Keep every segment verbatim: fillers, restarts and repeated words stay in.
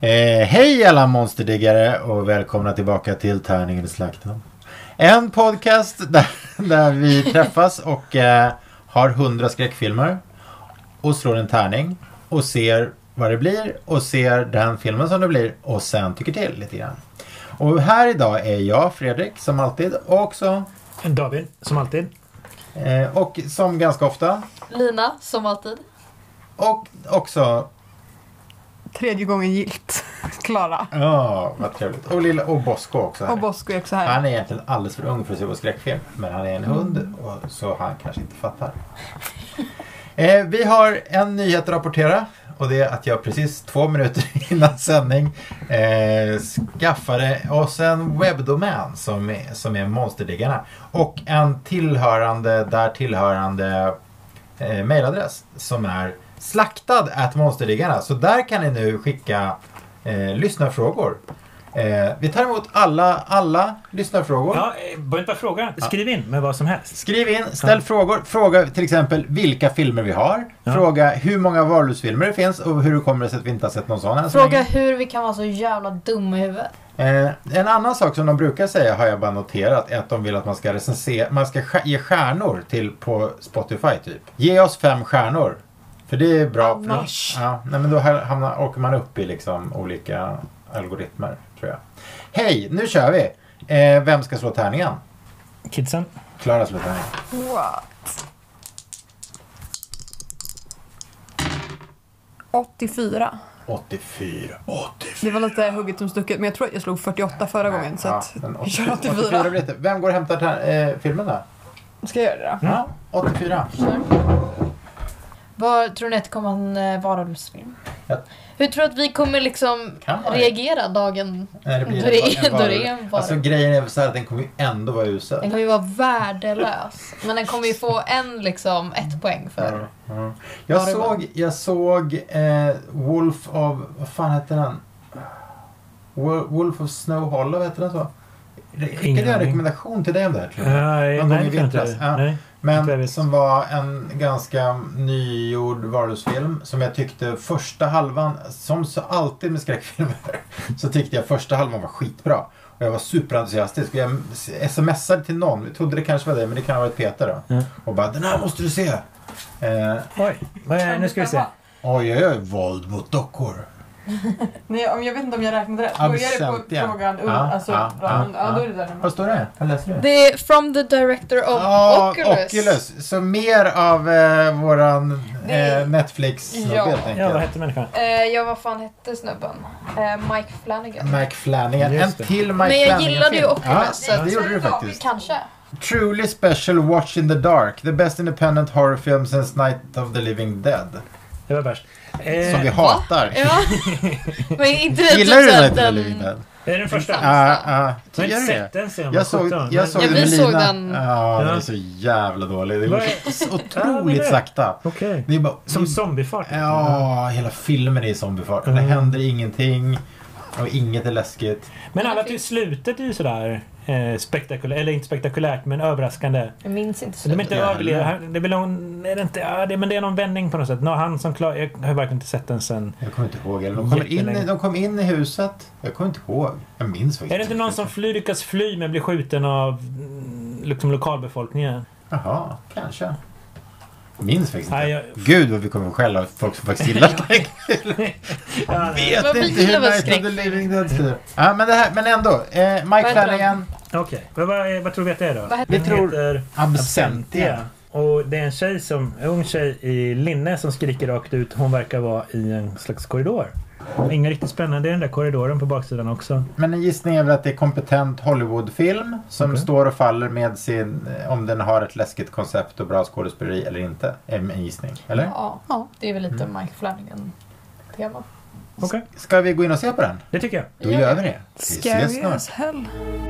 Eh, hej alla monsterdiggare och välkomna tillbaka till Tärningen i slakten. En podcast där, där vi träffas och eh, har hundra skräckfilmer och slår en tärning och ser vad det blir och ser den filmen som det blir och sen tycker till lite grann. Och här idag är jag, Fredrik, som alltid, och också David, som alltid. Eh, och som ganska ofta Lina, som alltid. och också Tredje gången gilt. Klara. ja, vad trevligt. Och lilla och Bosko också här. Och Bosko är också här. Han är egentligen alldeles för ung för att se på skräckfilm. Men han är en hund och så han kanske inte fattar. eh, vi har en nyhet att rapportera. Och det är att jag precis två minuter innan sändning eh, skaffade oss en webbdomän som är, som är Monsterdiggarna. Och en tillhörande, där tillhörande eh, mailadress som är slaktad at monsterdiggarna. Så där kan ni nu skicka eh, lyssnarfrågor. Eh, vi tar emot alla, alla lyssnarfrågor. Ja, börja inte bara fråga. Skriv in med vad som helst. Skriv in, ställ ja. frågor. Fråga till exempel vilka filmer vi har. Ja. Fråga hur många varulvsfilmer det finns och hur det kommer det sig att vi inte har sett någon sån än. Fråga hur vi kan vara så jävla dumma i huvudet. Eh, en annan sak som de brukar säga har jag bara noterat är att de vill att man ska recensera, man ska ge stjärnor till på Spotify typ. Ge oss fem stjärnor. För det är bra. Annars. Ja, nej, men då hamnar, åker man upp i liksom olika algoritmer, tror jag. Hej, nu kör vi. Eh, vem ska slå tärningen? Kidsen. Klara slå tärningen. What? åttiofyra. åttiofyra. åttiofyra. Det var lite hugget som stucket, men jag tror att jag slog fyrtioåtta förra nej, gången. Så ja, att åttiofyra, vi kör åttiofyra. åttiofyra blir det. Vem går och hämtar tär- eh, filmen då? Ska jag göra det då? Mm. Ja, åttiofyra. Vad tror ni att det kommer en uh, varulvsfilm? Ja. Hur tror du att vi kommer liksom reagera dagen Nej, det blir då det en, är, en då det är en varulv? Alltså grejen är så här att den kommer ju ändå vara usel. Den kommer ju vara värdelös. Men den kommer ju få en liksom ett poäng för. Ja, ja. Jag såg, jag såg eh, Wolf of, vad fan heter den? Wolf of Snow Hollow heter den så? Skickade jag en rekommendation till dig om det här, tror jag? Nej, Någon nej, gång i vintras. Ja. nej. Men som var en ganska nygjord varulvsfilm som jag tyckte första halvan, som så alltid med skräckfilmer, så tyckte jag första halvan var skitbra. Och jag var superentusiastisk. Jag smsade till någon, jag trodde det kanske var det, men det kan ha varit Peter då. Mm. Och bara, den här måste du se. Eh, oj, nu ska vi se. Oj, oj, oj, våld mot dockor. Nej, om jag vet inte om jag räknade rätt. Börjar det på frågan? Ja, alltså, ja, ja, ja, då är det där. Vad står det? Vad läser du? Det är from the director of oh, Oculus. Oculus. Så mer av eh, våran eh, Netflix ja. helt enkelt. Ja, vad hette människan? Uh, ja, vad fan hette snubben? Uh, Mike Flanagan. Mike Flanagan. En till Mike Flanagan. Men jag gillade ju Oculus. Ja, så det gjorde du faktiskt. Kanske. Truly special Watch in the Dark. The best independent horror film since Night of the Living Dead. Det var värst. Eh, Som vi hatar. Ja. Men inte det. Gillar du Night of the Living Dead? Är det den första? Ja, ja. Jag har inte sett den sen. Jag såg, jag såg ja, den vi med såg Lina. den. Ja, den är så jävla dålig. Det går så otroligt sakta. Okej. Det är bara, som zombiefart. Ja, hela filmen är i zombiefart. Mm. Det händer ingenting. Och inget är läskigt. Men alla till slutet är ju sådär eh, spektakulärt, eller inte spektakulärt men överraskande. Jag minns inte så. De är inte överlevda. Det är väl någon, är det inte, ja, det, men det är någon vändning på något sätt. Nå, han som klar, jag har verkligen inte sett den sen. Jag kommer inte ihåg. Eller de kommer in i, de kom in i huset. Jag kommer inte ihåg. Jag minns faktiskt. Är det inte någon som fly, lyckas fly men blir skjuten av liksom lokalbefolkningen? Jaha, kanske. Minns faktiskt inte. Jag... Gud vad vi kommer att skälla folk som faktiskt gillar skräck. Jag vet men inte hur Night of the Living Dead styr. Ja, men det här, men ändå. Eh, Mike Flanagan. Okej, okay. vad, vad, vad tror vi att det är då? Vi tror Absentia. Och det är en tjej som, en ung tjej i linne som skriker rakt ut. Hon verkar vara i en slags korridor. Inga riktigt spännande, det är den där korridoren på baksidan också. Men en gissning är väl att det är kompetent Hollywoodfilm som okay. står och faller med sin, om den har ett läskigt koncept och bra skådespeleri eller inte. En gissning, eller? Ja, ja det är väl lite mm. Mike Flanagan-tema. Okej. Okay. Ska vi gå in och se på den? Det tycker jag. Då ja. gör vi det. Vi Scary as hell.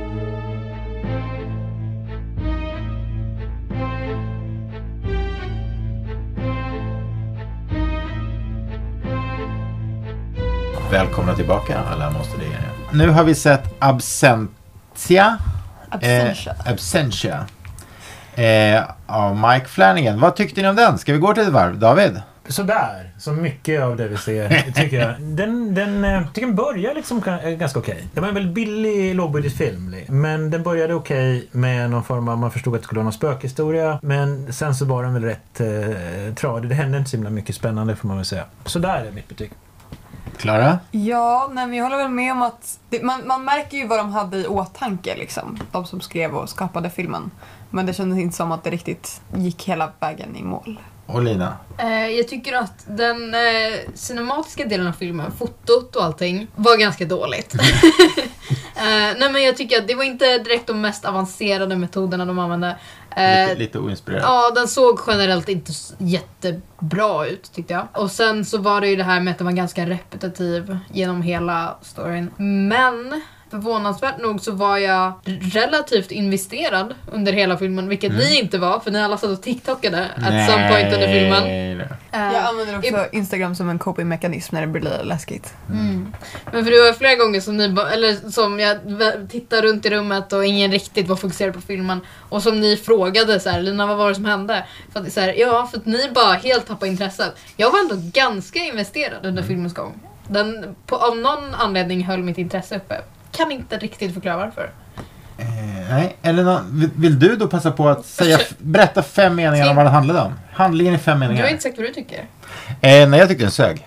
Välkomna tillbaka alla monsterdiggare. Nu har vi sett Absentia. Absentia. Eh, Absentia. Eh, av Mike Flanagan. Vad tyckte ni om den? Ska vi gå till ett varv? David? sådär, så mycket av det vi ser tycker jag. Den, den, jag tycker den börjar liksom ganska okej. Okay. Det var en väldigt billig lågbudgetfilm, men den började okej okay med någon form av, man förstod att det skulle vara någon spökhistoria, men sen så var den väl rätt eh, tradig. Det hände inte så himla mycket spännande får man väl säga. Så där är mitt betyg. Klara? Ja, nej, men jag håller väl med om att det, man, man märker ju vad de hade i åtanke liksom, de som skrev och skapade filmen. Men det kändes inte som att det riktigt gick hela vägen i mål. Och Lina? Eh, jag tycker att den eh, cinematiska delen av filmen, fotot och allting, var ganska dåligt. eh, nej men jag tycker att det var inte direkt de mest avancerade metoderna de använde. Eh, lite, lite oinspirerad. Ja, den såg generellt inte jättebra ut tyckte jag. Och sen så var det ju det här med att den var ganska repetitiv genom hela storyn. Men förvånansvärt nog så var jag relativt investerad under hela filmen, vilket mm. ni inte var, för ni alla satt och tiktokade at some point under filmen. Uh, jag använder också i, Instagram som en coping-mekanism när det blir läskigt. Mm. Men för det var flera gånger som ni eller som jag tittade runt i rummet och ingen riktigt var fokuserad på filmen, och som ni frågade så här, Lina, vad var det som hände? För att, så här, ja, för att ni bara helt tappade intresset. Jag var ändå ganska investerad under mm. filmens gång. Den på, av någon anledning höll mitt intresse uppe. Kan inte riktigt förklara varför. Eh, nej, eller vill, vill du då passa på att säga, berätta fem meningar om vad det handlade om? Handlingen i fem meningar. Du har inte sagt vad du tycker. Eh, nej, jag tycker den sög.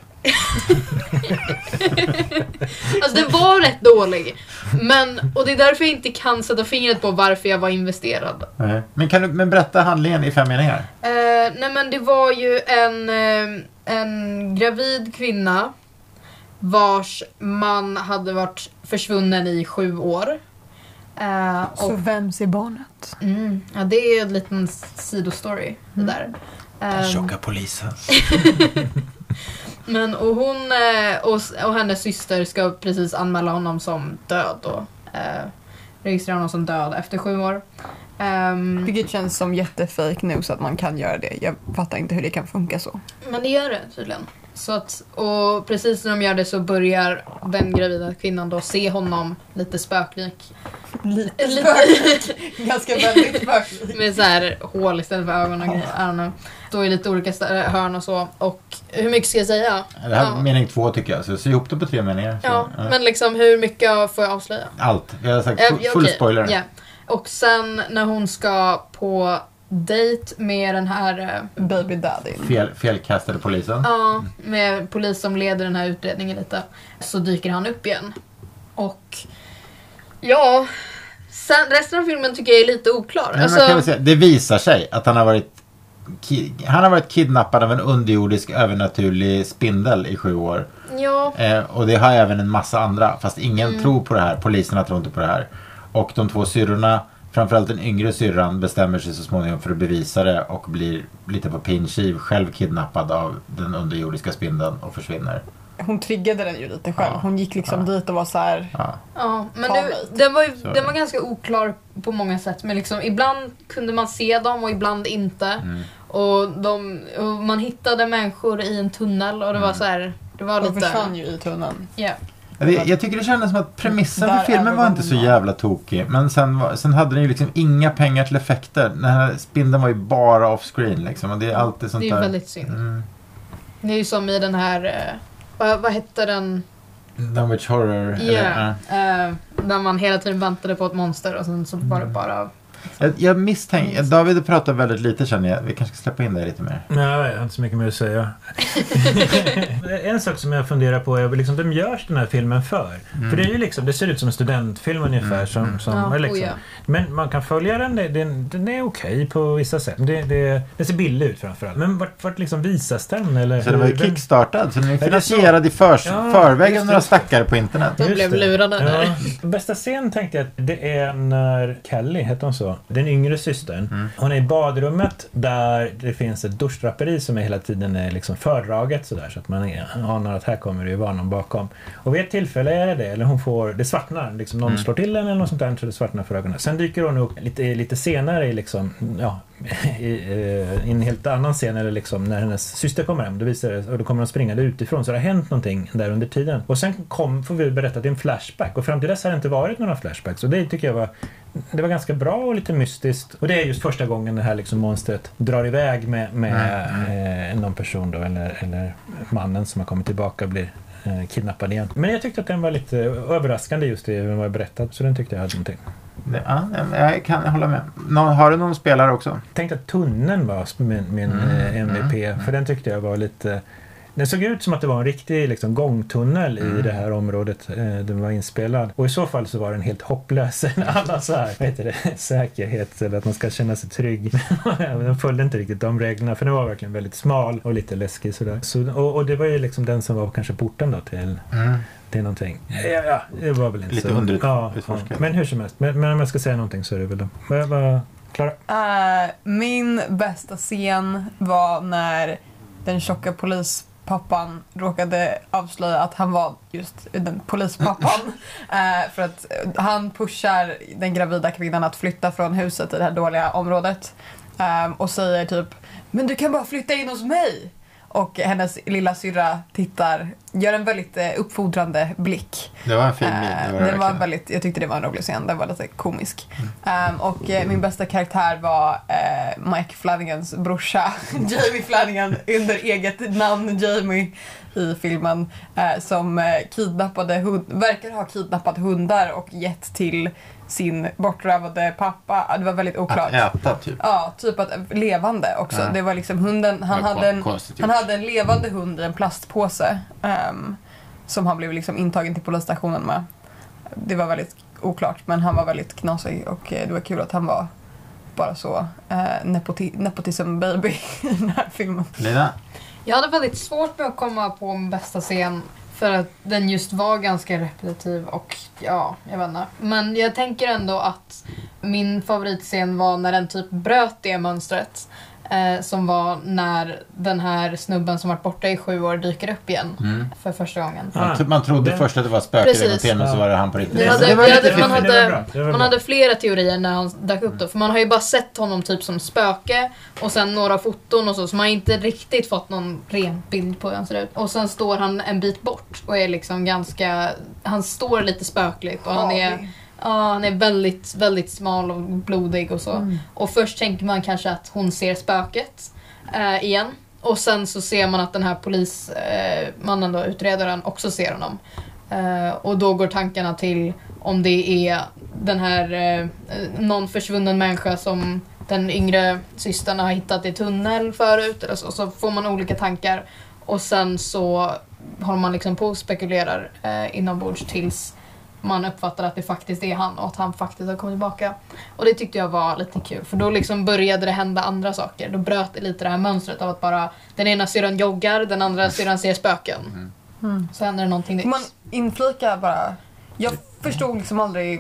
Alltså den var rätt dålig. Men, och det är därför jag inte kan sätta fingret på varför jag var investerad. Nej. Men kan du men berätta handlingen i fem meningar? Eh, nej men det var ju en, eh, en gravid kvinna vars man hade varit försvunnen i sju år. Uh, Så och, vem ser barnet? Mm, ja, det är en liten sidostory det där. Den um, tjocka polisen. Men och hon och, och hennes syster ska precis anmäla honom som död och uh, registrera honom som död efter sju år. Um, Vilket känns som jättefake news att man kan göra det. Jag fattar inte hur det kan funka så. Men det gör det tydligen. Så att, och precis när de gör det så börjar den gravida kvinnan då se honom lite spöklik. Lite spöklik? Ganska väldigt spöklik. Med så här hål istället för ögon och grejer. Står i lite olika hörn och så. Och hur mycket ska jag säga? Det här ja. mening två tycker jag. Så se ihop det på tre meningar. Så, ja, ja, men liksom hur mycket får jag avslöja? Allt. Jag har sagt full, full okay. spoiler. Yeah. Och sen när hon ska på dejt med den här baby daddy. Fel, felkastade polisen. Ja, med polis som leder den här utredningen lite. Så dyker han upp igen. Och ja, sen, resten av filmen tycker jag är lite oklar. Men alltså, man kan väl säga, det visar sig att han har varit ki- han har varit kidnappad av en underjordisk övernaturlig spindel i sju år. Ja. Eh, och det har även en massa andra, fast ingen mm. tror på det här. Poliserna tror inte på det här. Och de två syrrorna, framförallt den yngre syrran, bestämmer sig så småningom för att bevisa det och blir lite på pinchiv själv kidnappad av den underjordiska spindeln och försvinner. Hon triggade den ju lite själv. Ja. Hon gick liksom ja. dit och var så här. Ja, ja men det, den, var ju, den var ganska oklar på många sätt. Men liksom, ibland kunde man se dem och ibland inte. Mm. Och, de, och man hittade människor i en tunnel och det var så här. Det var de lite... försvann ju i tunneln. Ja. Yeah. Jag, jag tycker det kändes som att premissen för filmen var inte så jävla tokig. Men sen, sen hade den ju liksom inga pengar till effekter. Den här spindeln var ju bara off-screen liksom. Och det är alltid sånt där. Det är ju väldigt synd. Mm. Det är ju som i den här... Eh, vad, vad hette den? Dunwich Horror. Ja. Yeah. Uh, där man hela tiden väntade på ett monster och sen så var det bara... Jag, jag misstänker, David pratar väldigt lite känner jag. Vi kanske ska släppa in dig lite mer. Nej, jag har inte så mycket mer att säga. En sak som jag funderar på är liksom, vem görs den här filmen för? Mm. För det är ju liksom, det ser ut som en studentfilm ungefär. Mm. Som, som, ja, liksom. oh ja. Men man kan följa den, den, den är okej på vissa sätt. Det, det, det ser billig ut framförallt. Men vart, vart liksom visas den? Eller så den var ju kickstartad, så den är finansierad i för, ja, förväg av några stackare på internet. De blev lurade där. Ja. Bästa scen tänkte jag att det är när Kelly, heter hon så? Den yngre systern. Mm. Hon är i badrummet där det finns ett duschdraperi som är hela tiden är liksom fördraget sådär, så att man anar att här kommer det ju vara någon bakom. Och vid ett tillfälle är det det, eller hon får, det svartnar, liksom någon mm. slår till henne eller något sånt där, så det svartnar för ögonen. Sen dyker hon upp lite, lite senare i liksom, ja, i, i en helt annan scen, eller liksom när hennes syster kommer hem, då visar det, och då kommer de springande utifrån, så det har hänt någonting där under tiden. Och sen kom, får vi berätta att det är en flashback, och fram till dess har det inte varit några flashbacks, och det tycker jag var det var ganska bra och lite mystiskt. Och det är just första gången det här liksom monstret drar iväg med, med mm. eh, någon person då, eller, eller mannen som har kommit tillbaka och blir eh, kidnappad igen. Men jag tyckte att den var lite överraskande just det vad jag berättat, så den tyckte jag hade någonting. Ja, jag kan hålla med. Nå, har du någon spelare också? Jag tänkte att tunneln var min, min mm. eh, M V P, mm. för den tyckte jag var lite... Den såg ut som att det var en riktig liksom, gångtunnel mm. i det här området. Eh, den var inspelad. Och i så fall så var den helt hopplös. Alla så här, vad heter det, säkerhet eller att man ska känna sig trygg. Den följde inte riktigt de reglerna, för den var verkligen väldigt smal och lite läskig sådär. Så, och, och det var ju liksom den som var kanske porten då till... Mm. Det är någonting. Ja, ja, det var väl inte lite så. Lite ja, ja. Men hur som helst. Men, men om jag ska säga någonting så är det väl det. Vad var Klara? Uh, min bästa scen var när den tjocka polispappan råkade avslöja att han var just den polispappan. uh, för att han pushar den gravida kvinnan att flytta från huset i det här dåliga området. Um, och säger typ, men du kan bara flytta in hos mig. Och hennes lilla syrra tittar, gör en väldigt eh, uppfordrande blick. Det var en fin min. Uh, det var väldigt, jag tyckte det var en rolig scen, den var lite komisk. Mm. Um, och eh, min bästa karaktär var eh, Mike Flanagans brorsa, Jamie Flanagan, under eget namn Jamie i filmen. Eh, som eh, kidnappade hund, verkar ha kidnappat hundar och gett till sin bortrövade pappa. Det var väldigt oklart. Att äta typ. Ja, typ att levande också. Ja. Det var liksom hunden, han hade en, han hade en levande hund i en plastpåse um, som han blev liksom intagen till polisstationen med. Det var väldigt oklart, men han var väldigt knasig och det var kul att han var bara så uh, nepoti- nepotism baby i den här filmen. Lina? Jag hade väldigt svårt med att komma på en bästa scen. För att den just var ganska repetitiv och ja, jag vet inte. Men jag tänker ändå att min favoritscen var när den typ bröt det mönstret. Eh, som var när den här snubben som varit borta i sju år dyker upp igen mm. för första gången. Ah, man trodde det... först att det var spöket i hotellet, men så var det han på riktigt. Det hade, det var hade, man hade, man hade flera teorier när han dök upp då. För man har ju bara sett honom typ som spöke och sen några foton och så. Så man har inte riktigt fått någon ren bild på hur han ser ut. Och sen står han en bit bort och är liksom ganska... Han står lite spökligt och han är... Ja, han är väldigt, väldigt smal och blodig och så. Mm. Och först tänker man kanske att hon ser spöket eh, igen. Och sen så ser man att den här polismannen, eh, då, utredaren, också ser honom. Eh, och då går tankarna till om det är den här eh, någon försvunnen människa som den yngre systern har hittat i tunnel förut. Eller så, så får man olika tankar. Och sen så håller man liksom på och spekulerar eh, inombords tills man uppfattar att det faktiskt är han och att han faktiskt har kommit tillbaka. Och det tyckte jag var lite kul. För då liksom började det hända andra saker. Då bröt det lite det här mönstret av att bara den ena syrran joggar, den andra syrran ser spöken. Mm. Så händer det någonting nytt. Man inflika bara. Jag förstod liksom aldrig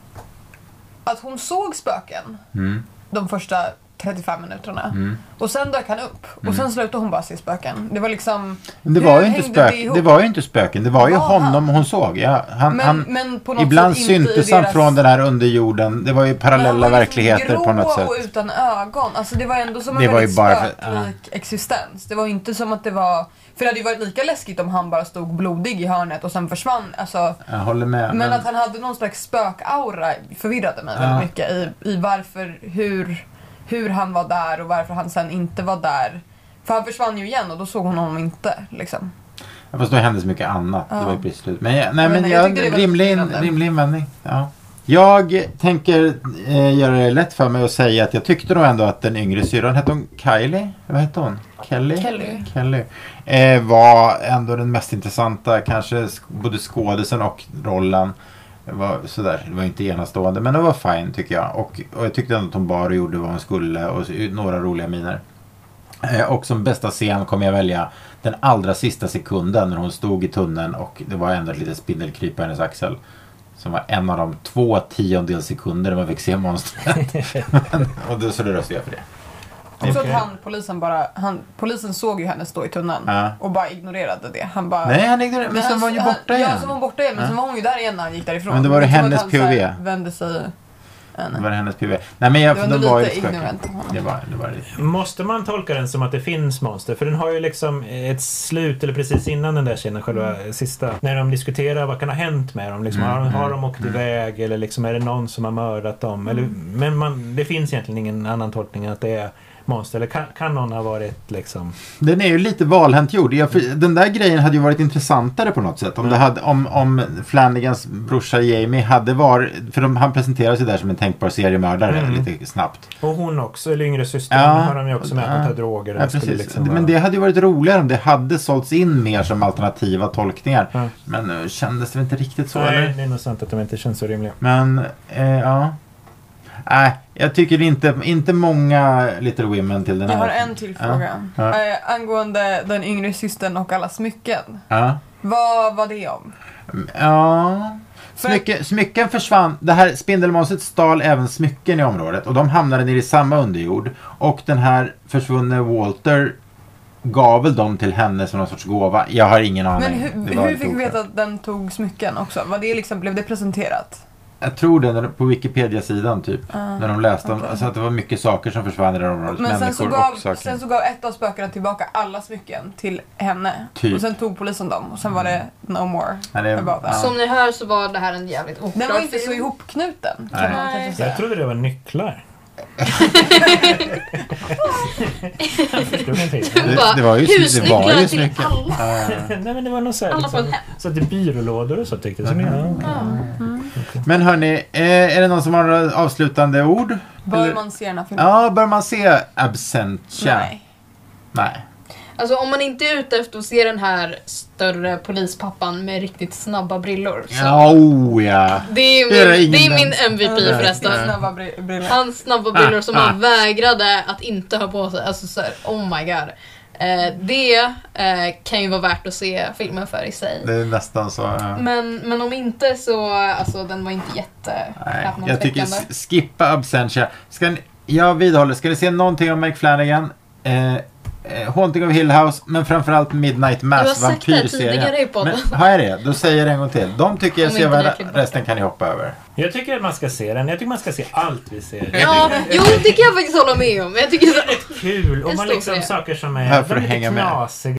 att hon såg spöken mm. de första trettiofem minuterna. Mm. Och sen dök han upp. Och mm. sen slutade hon bara se spöken. Det var liksom... Men det var ju inte spöken. Det, det var ju inte spöken. Det var ju var honom han? Hon såg. Ja, han, men, han, men på något ibland sätt syntes han deras... från den här underjorden. Det var ju parallella verkligheter på något sätt. Och utan ögon. Alltså det var ändå som det en var väldigt bara spöklik ja. existens. Det var ju inte som att det var... För det hade ju varit lika läskigt om han bara stod blodig i hörnet och sen försvann. Alltså, jag håller med. Men, men att han hade någon slags spökaura förvirrade mig ja. väldigt mycket i, i varför, hur... hur han var där och varför han sen inte var där. För han försvann ju igen och då såg hon honom inte. Liksom. Ja, fast då hände så mycket annat. Ja. Det var ju precis slut. Men, jag, nej, men jag, jag rimlig, rimlig invändning. Ja. Jag tänker eh, göra det lätt för mig att säga att jag tyckte nog ändå att den yngre syrran, hette hon Kylie? Vad hette hon? Kelly? Kelly. Kelly. Eh, var ändå den mest intressanta, kanske både skådisen och rollen. Det var sådär, det var inte enastående, men det var fine tycker jag. Och, och jag tyckte ändå att hon bara gjorde vad hon skulle och några roliga miner. Eh, och som bästa scen kommer jag välja den allra sista sekunden när hon stod i tunneln och det var ändå ett litet spindelkryp på hennes axel. Som var en av de två tiondels sekunder där man fick se monstret. Och då så det röstade jag för det. Och så att han, polisen bara, han, polisen såg ju henne stå i tunneln ja. och bara ignorerade det. Han bara, nej, han ignorerade, men sen var hon ju borta igen. Ja, så var hon borta igen, men ja. sen var hon ju där igen när han gick därifrån. Men det var det hennes han, P O V. Här, vände sig, Det var hennes P V. Nej, men jag, Det var de ändå var ju lite lite ignorant av honom. det var, det var lite. Måste man tolka den som att det finns monster? För den har ju liksom ett slut, eller precis innan den där scenen, själva Mm. sista. När de diskuterar vad kan ha hänt med dem. Liksom, Mm, har, har de mm, åkt mm. iväg? Eller liksom, är det någon som har mördat dem? Eller, men man, det finns egentligen ingen annan tolkning än att det är monster. Eller kan, kan någon ha varit liksom... Den är ju lite valhänt gjord. Jag, för, den där grejen hade ju varit intressantare på något sätt. Om, det hade, om, om Flanagans brorsa Jamie hade varit... För de, han presenterar sig där som en tänkbar seriemördare Mm. lite snabbt. Och hon också, eller yngre systern, Ja, har de ju också med ja. att hon tar droger. Ja, Det skulle precis. liksom Men vara- det hade ju varit roligare om det hade sålts in mer som alternativa tolkningar. Ja. Men nu kändes det inte riktigt så, Nej, eller? det är nog sant att de inte känns så rimliga. Men, eh, ja. Nej, jag tycker inte, inte många Little Women till den Jag här. har en till Ja. fråga. Ja. Eh, angående den yngre systern och alla smycken. Ja. Vad var det om? Ja. För- Smycken, smycken försvann. Det här Spindelmonstret stal även smycken i området. Och de hamnade nere i samma underjord. Och den här försvunne Walter gav väl dem till henne som någon sorts gåva. Jag har ingen aning. Men Det hur, var hur lite fick vi oklart. veta att den tog smycken också? Var det liksom, blev det presenterat? Jag tror det när- på Wikipedia-sidan typ. Ah, när de läste om, okej. alltså att det var mycket saker som försvann i det här området. Men sen så, Människor gav, och saker. sen så gav ett av spökena tillbaka alla smycken till henne. Typ. Och sen tog polisen dem. Och sen var det no more Ja, det- about that. ja. Som ni hör så var det här en jävligt oklar Den var inte så film. ihopknuten. Kan Nej. man Nej. kanske säga. Jag trodde det var nycklar. Jag förstod ingenting. Det, Bara, det var ju, det husnycklar var ju till smycken. alla. Ja, ja, ja. Nej, men det var nog så här, Alla får liksom, hem. så att det är byrålådor och så tyckte jag. Så, ja, okej. Men hörni, eh, är det någon som har några avslutande ord? Bör Eller- man se den här filmen? Ja, bör man se Absentia? Nej. Nej. Alltså om man inte är ute efter att se den här större polispappan med riktigt snabba brillor. Så. Ja, oh, ja. Det är Det är min, ingen det är den. min M V P Ja, förresten. riktigt snabba bri- brillor. Hans snabba brillor Ah, som ah. han vägrade att inte ha på sig. Alltså så här, oh my god. Eh, det eh, kan ju vara värt att se filmen för i sig. Det är nästan så. Ja. Men, men om inte så, alltså den var inte jätte Nej, jag tycker häpnadsväckande. s- skippa Absentia. Ska ni, jag vidhåller, ska ni se någonting om Mike Flanagan? Eh, eh, Haunting of Hill House, men framförallt Midnight Du har Mass, sagt det här tidigare i vampyrserien. podden. Men har jag det? Då säger jag det en gång till. De tycker jag Om ser inte värda, det klipper. resten kan ni hoppa över. Jag tycker att man ska se den. Jag tycker man ska se allt vi ser. Ja, jo det kan jag faktiskt hålla med om. Jag tycker så, Kul. Och En man stor liksom serie. saker som Här är får du väldigt hänga med. knasiga.